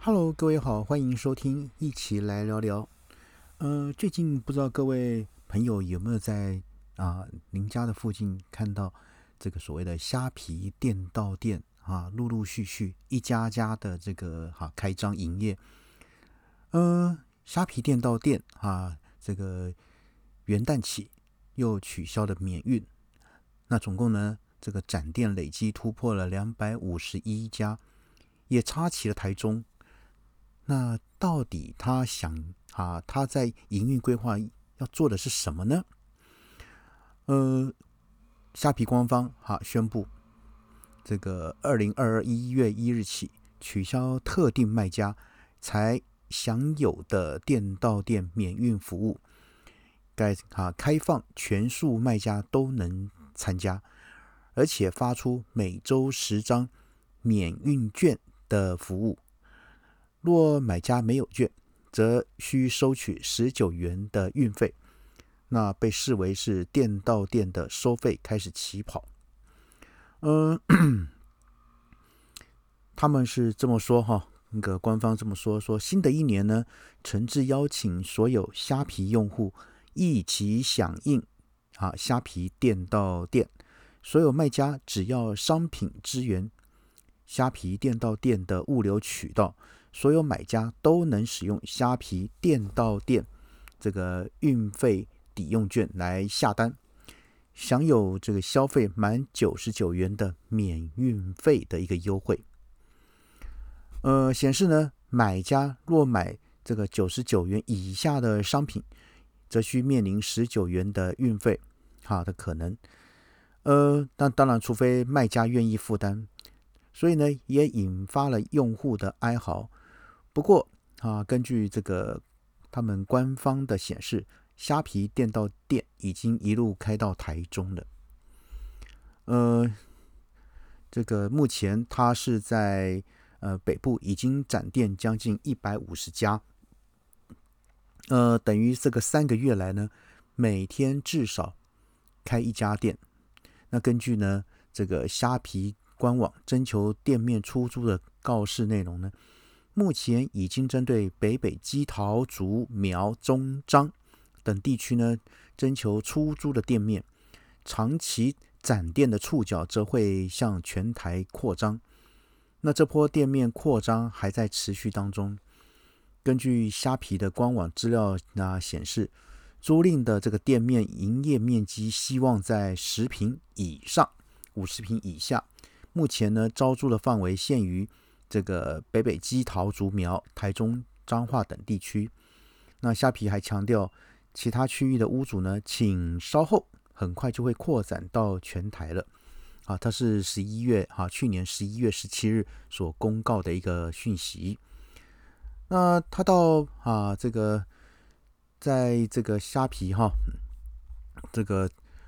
Hello，各位好，欢迎收听，一起来聊聊。最近不知道各位朋友有没有在您家的附近看到这个所谓的虾皮店到店陆陆续续一家家的这个开张营业。虾皮店到店这个元旦起又取消了免运，那总共呢这个展店累积突破了251家，也插旗了台中。那到底他在营运规划要做的是什么呢？虾皮官方宣布，这个2022 1月1日起取消特定卖家才享有的店到店免运服务，开放全数卖家都能参加，而且发出每周10张免运券的服务。若买家没有券，则需收取19元的运费，那被视为是店到店的收费开始起跑。他们是这么说那个官方这么说，新的一年呢，诚挚邀请所有虾皮用户一起响应虾皮店到店，所有卖家只要商品支援虾皮店到店的物流渠道，所有买家都能使用虾皮店到店这个运费抵用券来下单，享有这个消费满99元的免运费的一个优惠。显示呢，买家若买这个99元以下的商品，则需面临19元的运费的可能。但当然，除非卖家愿意负担，所以呢，也引发了用户的哀嚎。不过根据这个他们官方的显示，虾皮店到店已经一路开到台中了。这个目前它是在北部已经展店将近150家，等于这个3个月来呢，每天至少开一家店。那根据呢这个虾皮官网征求店面出租的告示内容呢，目前已经针对北基桃竹苗中彰等地区呢征求出租的店面，长期展店的触角则会向全台扩张。那这波店面扩张还在持续当中。根据虾皮的官网资料显示，租赁的这个店面营业面积希望在10坪以上，50坪以下。目前呢，招租的范围限于这个北基桃竹苗、台中、彰化等地区。那虾皮还强调，其他区域的屋主呢，请稍后，很快就会扩展到全台了。它是去年11月17日所公告的一个讯息。那他到这个在这个虾皮这个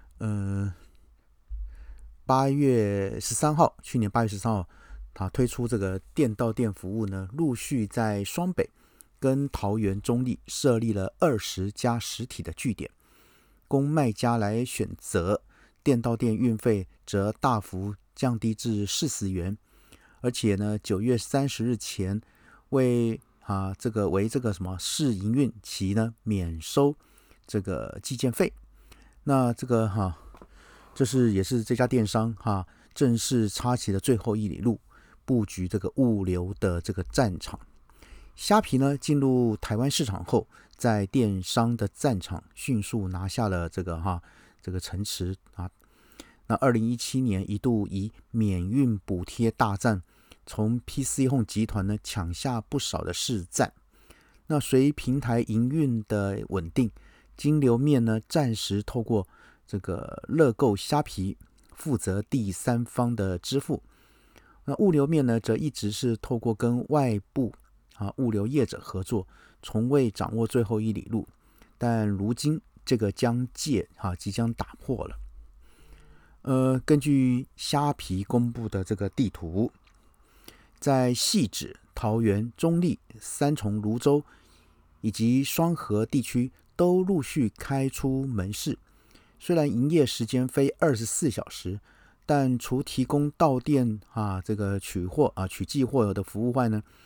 去年8月13号，他推出这个店到店服务呢，陆续在双北跟桃园中立设立了20家实体的据点，供卖家来选择。店到店运费则大幅降低至40元，而且呢，9月30日前为这个试营运期呢免收这个寄件费。那这个也是这家电商正式插起了最后一里路，布局这个物流的这个战场。虾皮呢进入台湾市场后，在电商的战场迅速拿下了这个城池那2017年一度以免运补贴大战，从 PC Home 集团呢抢下不少的市占。那随平台营运的稳定，金流面呢暂时透过这个乐购虾皮负责第三方的支付。那物流面呢，则一直是透过跟外部物流业者合作，从未掌握最后一里路。但如今这个疆界即将打破了。根据虾皮公布的这个地图，在汐止、桃园、中坜、三重、芦洲以及双河地区都陆续开出门市。虽然营业时间非24小时，但除提供到店这个取寄货的服务外呢，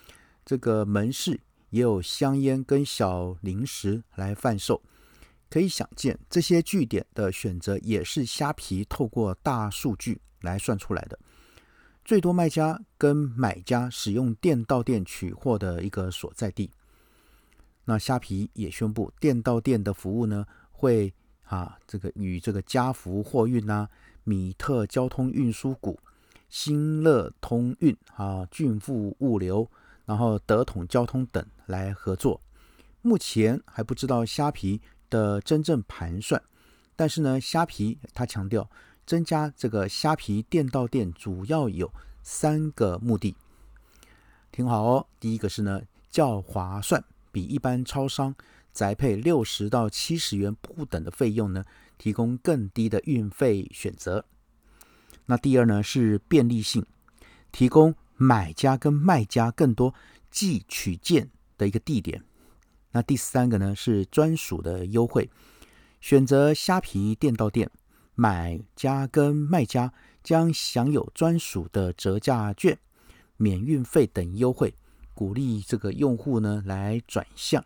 这个门市也有香烟跟小零食来贩售。可以想见，这些据点的选择也是虾皮透过大数据来算出来的。最多卖家跟买家使用店到店取货的一个所在地。那虾皮也宣布，店到店的服务呢，会与这个家福货运米特交通运输股、新乐通运俊富物流，然后德统交通等来合作。目前还不知道虾皮的真正盘算，但是呢，虾皮他强调，增加这个虾皮店到店主要有3个目的。听好哦，第一个是呢，较划算，比一般超商宅配60到70元不等的费用呢，提供更低的运费选择。那第二呢，是便利性，提供买家跟卖家更多寄取件的一个地点。那第3个呢，是专属的优惠，选择虾皮店到店，买家跟卖家将享有专属的折价券、免运费等优惠，鼓励这个用户呢来转向。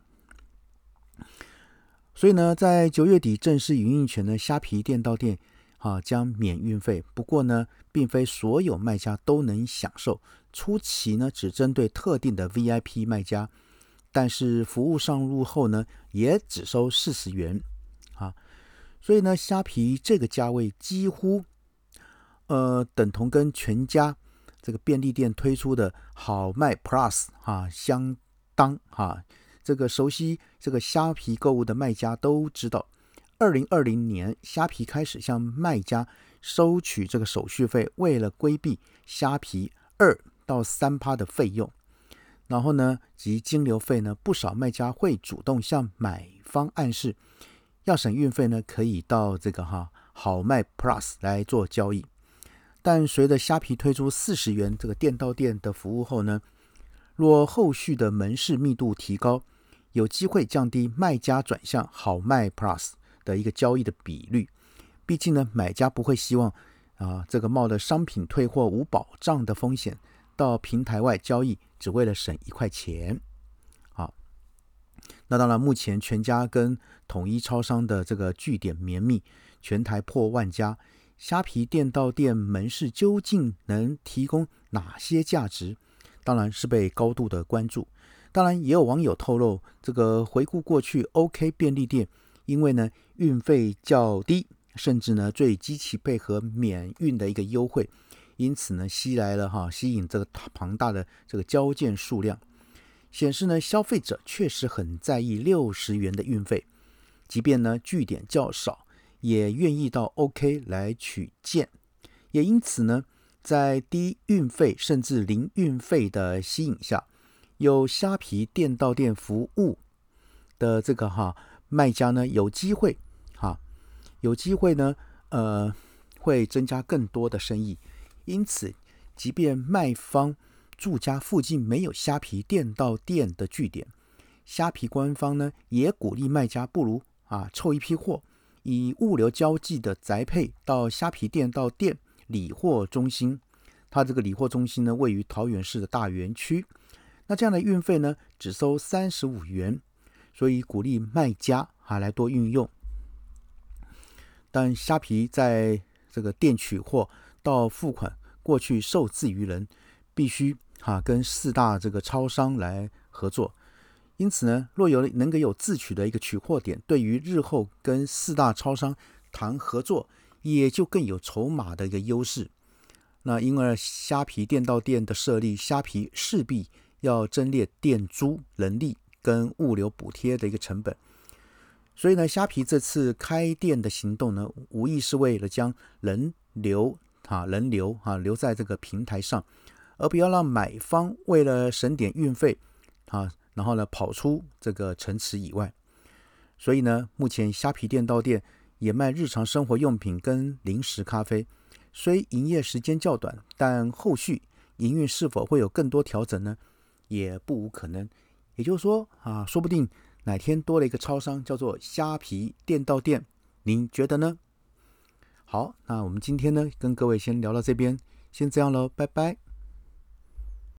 所以呢，在9月底正式营运前的虾皮店到店将免运费，不过呢，并非所有卖家都能享受，初期呢只针对特定的 VIP 卖家，但是服务上路后呢，也只收40元所以呢，虾皮这个价位几乎等同跟全家这个便利店推出的好卖 Plus 相当这个熟悉这个虾皮购物的卖家都知道，2020年虾皮开始向卖家收取这个手续费，为了规避虾皮2到3% 的费用，然后呢及金流费呢，不少卖家会主动向买方暗示，要省运费呢，可以到这个好卖 Plus 来做交易。但随着虾皮推出40元这个店到店的服务后呢，若后续的门市密度提高，有机会降低卖家转向好卖 Plus 的一个交易的比率。毕竟呢，买家不会希望这个冒着商品退货无保障的风险到平台外交易，只为了省1块钱。那当然，目前全家跟统一超商的这个据点绵密，全台破万家，虾皮店到店门市究竟能提供哪些价值，当然是被高度的关注。当然也有网友透露，这个回顾过去 OK 便利店因为呢运费较低，甚至呢最积极配合免运的一个优惠，因此呢吸引这个庞大的这个交件数量，显示呢消费者确实很在意60元的运费，即便呢据点较少，也愿意到 OK 来取件。也因此呢，在低运费甚至零运费的吸引下，有虾皮店到店服务的这个卖家呢，有机会呢会增加更多的生意。因此，即便卖方住家附近没有虾皮店到店的据点，虾皮官方呢也鼓励卖家不如凑一批货，以物流交际的宅配到虾皮店到店理货中心。它这个理货中心呢位于桃园市的大园区，那这样的运费呢只收35元，所以鼓励卖家来多运用。但虾皮在这个店取货到付款，过去受制于人，必须跟4大这个超商来合作。因此呢，若能够有自取的一个取货点，对于日后跟4大超商谈合作，也就更有筹码的一个优势。那因而虾皮店到店的设立，虾皮势必要增列店租、人力跟物流补贴的一个成本。所以呢，虾皮这次开店的行动呢，无疑是为了将人流留在这个平台上，而不要让买方为了省点运费然后呢跑出这个城池以外。所以呢，目前虾皮店到店也卖日常生活用品跟零食咖啡，虽营业时间较短，但后续营运是否会有更多调整呢，也不无可能。也就是说说不定哪天多了一个超商叫做虾皮店到店，您觉得呢？好，那我们今天呢跟各位先聊到这边，先这样咯，拜拜。